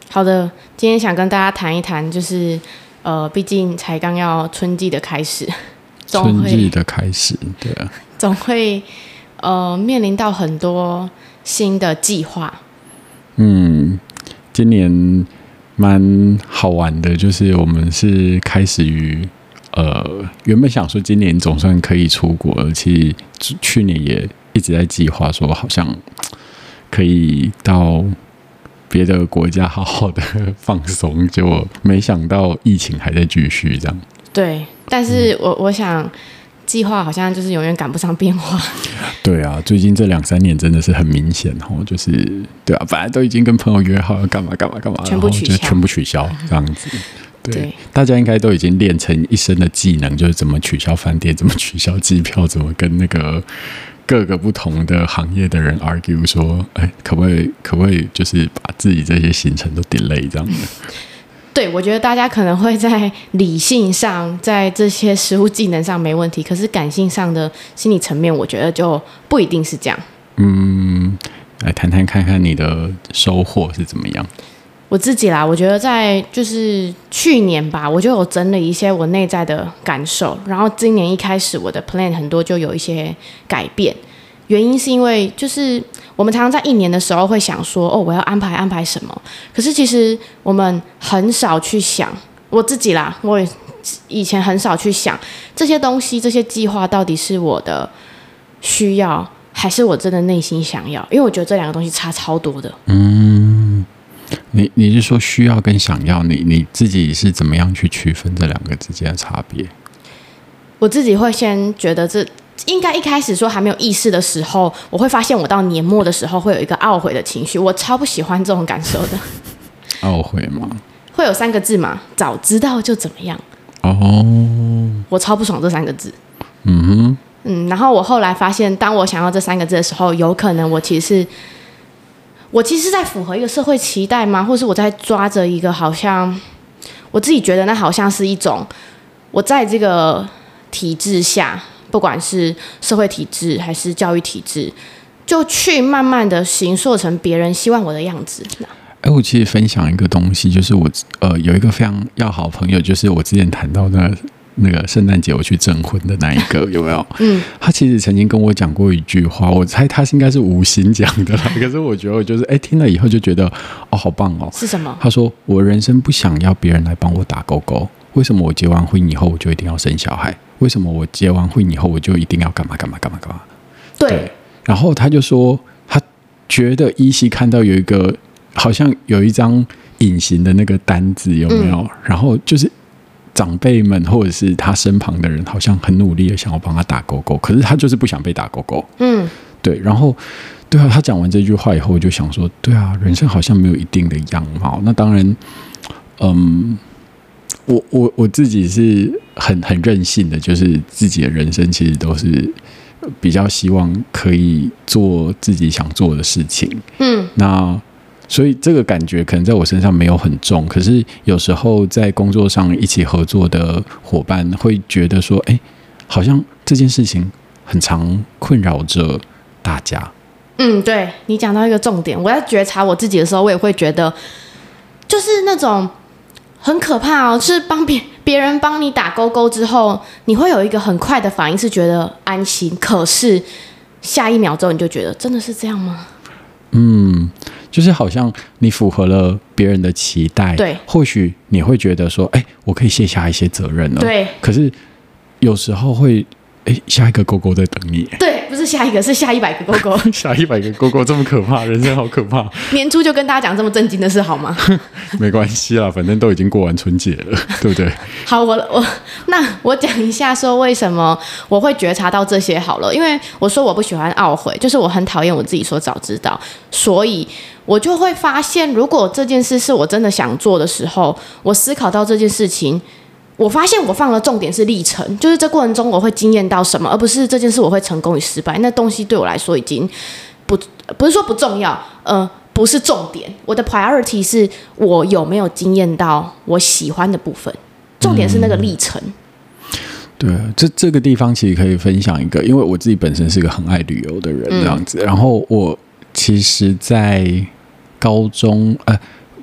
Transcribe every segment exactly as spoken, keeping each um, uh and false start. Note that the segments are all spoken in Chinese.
好的，今天想跟大家谈一谈，就是呃，毕竟才刚要春季的开始， 春季的开始，对啊， 总会呃面临到很多新的计划。嗯， 今年蛮好玩的，就是我们是开始于呃，原本想说今年总算可以出国了，其实去年也一直在计划说，好像可以到别的国家好好的放松，结果没想到疫情还在继续这样。 对，但是我、嗯、我想计划好像就是永远赶不上变化。 对啊，最近这两三年真的是很明显哦，就是对啊，本来都已经跟朋友约好要干嘛干嘛干嘛， 全部取消， 就全部取消这样子。对，对，大家应该都已经练成一身的技能，就是怎么取消饭店，怎么取消机票，怎么跟那个各个不同的行业的人 argue 说，哎，可不可以，可不可以，就是把自己这些行程都 delay 这样的。 对，我觉得大家可能会在理性上，在这些实务技能上没问题，可是感性上的心理层面，我觉得就不一定是这样。 嗯，来谈谈看看你的收获是怎么样。 我自己啦，我觉得在就是去年吧，我就有整理一些我内在的感受，然后今年一开始我的 plan 很多就有一些改变，原因是因为就是我们常常在一年的时候会想说，哦，我要安排安排什么，可是其实我们很少去想，我自己啦，我以前很少去想这些东西，这些计划到底是我的需要，还是我真的内心想要，因为我觉得这两个东西差超多的。 嗯。你你是说需要跟想要，你你自己是怎么样去区分这两个之间的差别？ 我自己会先觉得这应该一开始说还没有意识的时候，我会发现我到年末的时候会有一个懊悔的情绪，我超不喜欢这种感受的。 懊悔吗？ 会有三个字嘛，早知道就怎么样。 哦， 我超不爽这三个字。 嗯哼， 嗯，然后我后来发现，当我想要这三个字的时候，有可能我其实是。我其实是在符合一个社会期待吗？或是我在抓着一个好像我自己觉得那好像是一种我在这个体制下，不管是社会体制还是教育体制，就去慢慢的形塑成别人希望我的样子。 哎，我其实分享一个东西，就是我呃有一个非常要好的朋友，就是我之前谈到的。那个圣诞节我去证婚的那一个有没有？嗯，他其实曾经跟我讲过一句话，我猜他应该是无心讲的啦。可是我觉得我就是哎听了以后就觉得哦好棒哦。 是什么？ 他说我人生不想要别人来帮我打勾勾。为什么我结完婚以后我就一定要生小孩？为什么我结完婚以后我就一定要干嘛干嘛干嘛干嘛？ 对。 对，然后他就说他觉得依稀看到有一个好像有一张隐形的那个单子有没有？嗯、然后就是。长辈们或者是他身旁的人，好像很努力的想要帮他打勾勾，可是他就是不想被打勾勾。嗯，对。然后，对啊，他讲完这句话以后，我就想说，对啊，人生好像没有一定的样貌。那当然，嗯，我我我自己是很很任性的，就是自己的人生其实都是比较希望可以做自己想做的事情。嗯，那。所以这个感觉可能在我身上没有很重，可是有时候在工作上一起合作的伙伴会觉得说，哎，好像这件事情很常困扰着大家。 嗯，对，你讲到一个重点，我在觉察我自己的时候，我也会觉得，就是那种很可怕哦，就是帮别别人帮你打勾勾之后，你会有一个很快的反应是觉得安心，可是下一秒之后你就觉得真的是这样吗？ 嗯。就是好像你符合了别人的期待， 对， 或许你会觉得说，哎，我可以卸下一些责任了， 对。 可是有时候会，哎，下一个勾勾在等你， 对，不是下一个，是下一百个勾勾， 下一百个勾勾这么可怕，人生好可怕。 年初就跟大家讲这么震惊的事好吗？ 没关系啦，反正都已经过完春节了，对不对？ 好，我我那我讲一下说为什么我会觉察到这些好了，因为我说我不喜欢懊悔，就是我很讨厌我自己说早知道，所以。我就会发现，如果这件事是我真的想做的时候，我思考到这件事情，我发现我放的重点是历程，就是这过程中我会经验到什么，而不是这件事我会成功与失败。那东西对我来说已经不不是说不重要，呃，不是重点。我的 priority 是我有没有经验到我喜欢的部分，重点是那个历程。嗯对，这这个地方其实可以分享一个，因为我自己本身是一个很爱旅游的人，这样子。嗯、然后我其实，在高中呃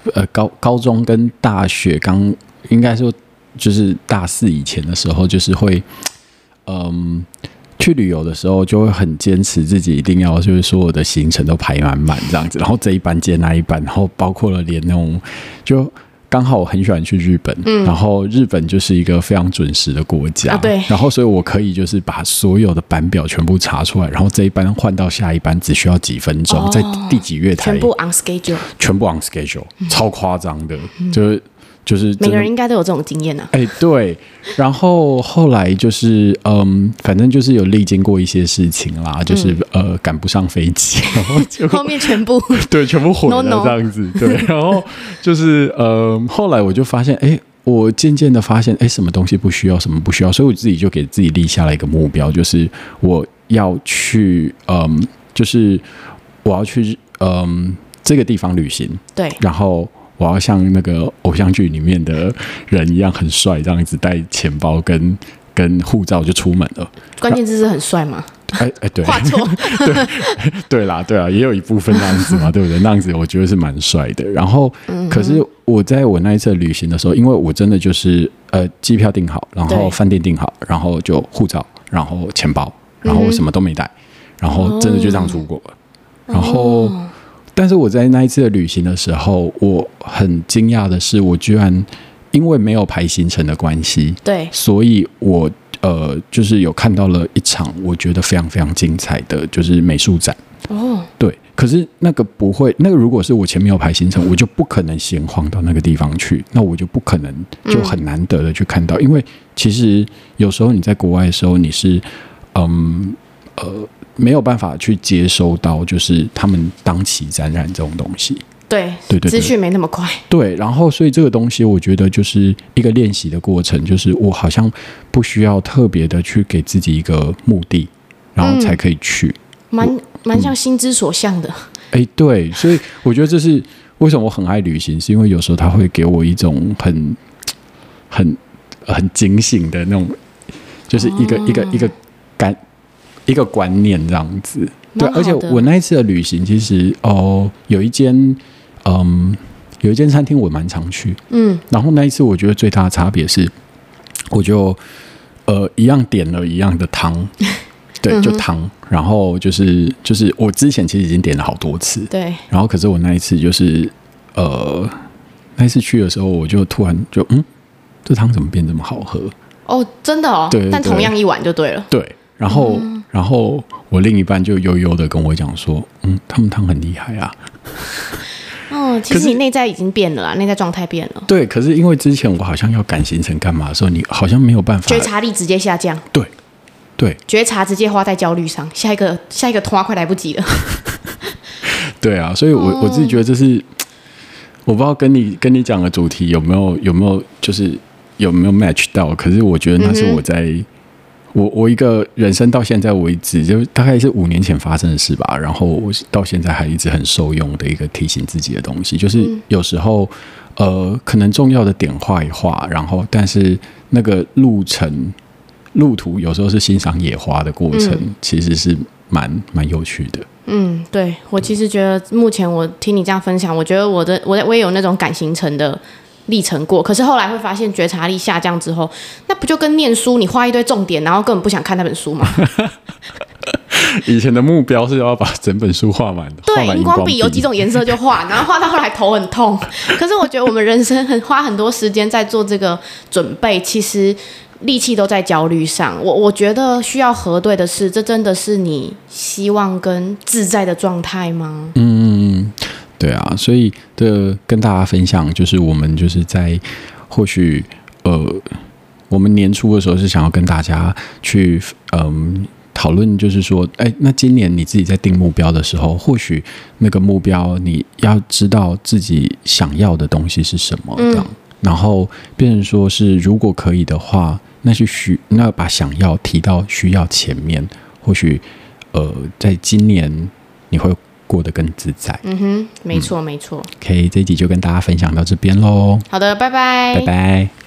呃高高中跟大学刚应该说就是大四以前的时候，就是会嗯。去旅游的时候就会很坚持自己一定要就是所有的行程都排满满这样子，然后这一班接那一班，然后包括了连那种就刚好我很喜欢去日本、嗯、然后日本就是一个非常准时的国家、 啊、对， 然后所以我可以就是把所有的班表全部查出来，然后这一班换到下一班只需要几分钟、哦、在第几月台全部 on schedule 全部 on schedule、嗯、超夸张的、嗯、就是就是每个人应该都有这种经验啊。 哎、欸，对，然后后来就是嗯，反正就是有历经过一些事情啦，就是、嗯、呃赶不上飞机，然后就后面全部对全部毁了 no, no. 这样子，对，然后就是呃后来我就发现，哎、欸，我渐渐的发现，哎、欸，什么东西不需要，什么不需要，所以我自己就给自己立下了一个目标，就是我要去嗯，就是我要去嗯这个地方旅行， 对， 然后。我要像那个偶像剧里面的人一样很帅，这样子带钱包跟跟护照就出门了。 关键字是很帅吗？ 哎哎，对， 画错， 对对啦，对啊，也有一部分那样子嘛，对不对？那样子我觉得是蛮帅的。然后，嗯、可是我在我那一次旅行的时候，因为我真的就是呃，机票订好，然后饭店订好，然后就护照，然后钱包，然后我什么都没带，然后真的就这样出国了。哦、然后。但是我在那一次的旅行的时候，我很惊讶的是，我居然因为没有排行程的关系， 对， 所以我呃就是有看到了一场我觉得非常非常精彩的就是美术展哦，对。可是那个不会，那个如果是我前面有排行程，我就不可能闲晃到那个地方去，那我就不可能就很难得的去看到，嗯、因为其实有时候你在国外的时候，你是嗯呃。没有办法去接收到，就是他们当期展览这种东西。 对对对， 资讯没那么快。 对，然后所以这个东西，我觉得就是一个练习的过程，就是我好像不需要特别的去给自己一个目的，然后才可以去。 蛮、嗯、蛮像心之所向的。 哎、嗯，对，所以我觉得这是为什么我很爱旅行，是因为有时候它会给我一种很很很警醒的那种，就是一个、哦、一个一个感。一个观念这样子，对，而且我那一次的旅行，其实哦，有一间，嗯，有一间餐厅我蛮常去，嗯，然后那一次我觉得最大的差别是，我就呃一样点了一样的汤，对，就汤，然后就是就是我之前其实已经点了好多次， 对， 然后可是我那一次就是呃那一次去的时候，我就突然就嗯，这汤怎么变这么好喝？ 哦，真的哦，对对对，但同样一碗就对了， 对，然后。嗯然后我另一半就悠悠的跟我讲说，嗯，他们汤很厉害啊。 哦，其实你内在已经变了啦，内在状态变了。 对，可是因为之前我好像要赶行程干嘛的时候，你好像没有办法， 觉察力直接下降。 对，对， 觉察直接花在焦虑上，下一个下一个拖快来不及了。 对啊，所以我，我、哦、我自己觉得这是，我不知道跟你跟你讲的主题有没有有没有就是有没有 match 到，可是我觉得那是我在。嗯我我一个人生到现在为止，就大概是五年前发生的事吧。然后我到现在还一直很受用的一个提醒自己的东西，就是有时候，呃，可能重要的点画一画，然后但是那个路程路途有时候是欣赏野花的过程，嗯、其实是蛮蛮有趣的。 嗯，对，我其实觉得目前我听你这样分享，我觉得我的我我也有那种赶行程的。历程过，可是后来会发现觉察力下降之后，那不就跟念书你画一堆重点，然后根本不想看那本书吗？ 以前的目标是要把整本书画满， 对，荧光笔有几种颜色就画，然后画到后来头很痛。可是我觉得我们人生很花很多时间在做这个准备，其实力气都在焦虑上。我我觉得需要核对的是，这真的是你希望跟自在的状态吗？嗯。 对啊，所以的跟大家分享，就是我们就是在或许呃，我们年初的时候是想要跟大家去嗯讨论，就是说，哎，那今年你自己在定目标的时候，或许那个目标你要知道自己想要的东西是什么，这样，嗯、然后变成说是如果可以的话，那是需那把想要提到需要前面，或许呃，在今年你会。过得更自在。 嗯哼，没错、嗯、没错。 OK， 这一集就跟大家分享到这边咯。 好的，拜拜， 拜拜。